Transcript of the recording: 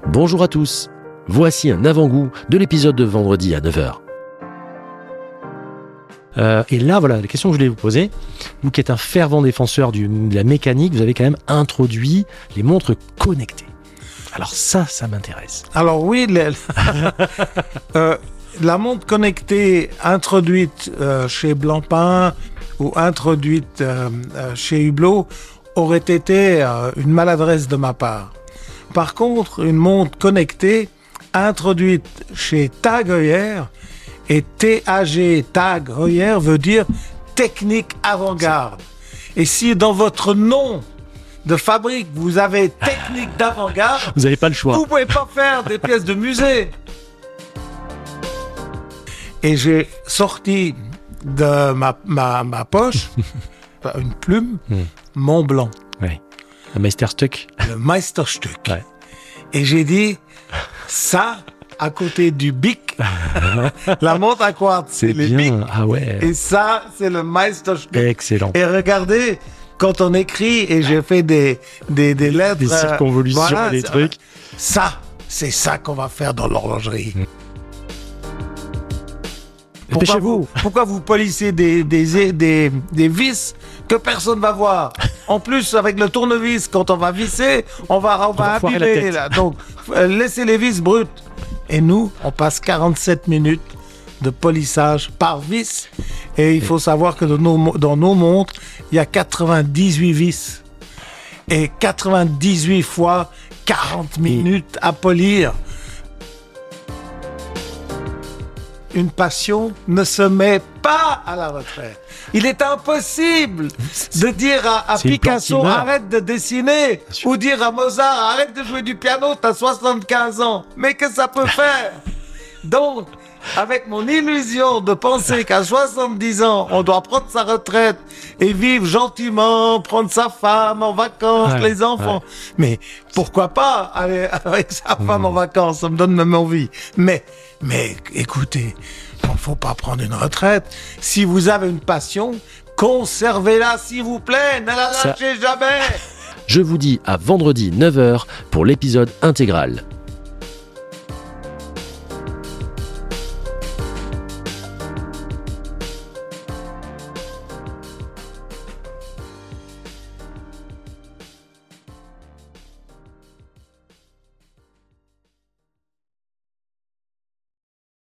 Bonjour à tous, voici un avant-goût de l'épisode de vendredi à 9h. Et là, voilà, la question que je voulais vous poser, vous qui êtes un fervent défenseur de la mécanique, vous avez quand même introduit les montres connectées. Alors ça m'intéresse. Alors oui, la montre connectée introduite chez Blancpain ou introduite chez Hublot aurait été une maladresse de ma part. Par contre, une montre connectée introduite chez Tag Heuer, et TAG, Tag Heuer, veut dire technique avant-garde. Et si dans votre nom de fabrique, vous avez technique d'avant-garde, vous n'avez pas le choix. Vous pouvez pas faire des pièces de musée. Et j'ai sorti de ma poche une plume, Mont Blanc. Oui. Le Meisterstück. Le Meisterstück. Ouais. Et j'ai dit, ça, à côté du Bic, la montre à quartz, c'est les bien. Bic. Ah ouais. Et ça, c'est le Meisterstück. Excellent. Et regardez, quand on écrit, et j'ai fait des lettres... Des circonvolutions, voilà, des trucs. Ça, c'est ça qu'on va faire dans l'horlogerie. Dépêchez-vous. Pourquoi vous polissez des vis que personne va voir? En plus, avec le tournevis, quand on va visser, on va abîmer. Là. Donc, laissez les vis brutes. Et nous, on passe 47 minutes de polissage par vis. Et il faut savoir que dans nos montres, il y a 98 vis. Et 98 fois 40 minutes à polir. Une passion ne se met pas à la retraite. Il est impossible de dire à Picasso arrête de dessiner ou dire à Mozart arrête de jouer du piano, t'as 75 ans. Mais que ça peut faire? Donc, avec mon illusion de penser qu'à 70 ans, on doit prendre sa retraite et vivre gentiment, prendre sa femme en vacances, les enfants. Ouais. Mais pourquoi pas aller avec sa femme en vacances? Ça me donne même envie. Mais écoutez, il ne faut pas prendre une retraite. Si vous avez une passion, conservez-la s'il vous plaît. Ne la lâchez jamais. Je vous dis à vendredi 9h pour l'épisode intégral.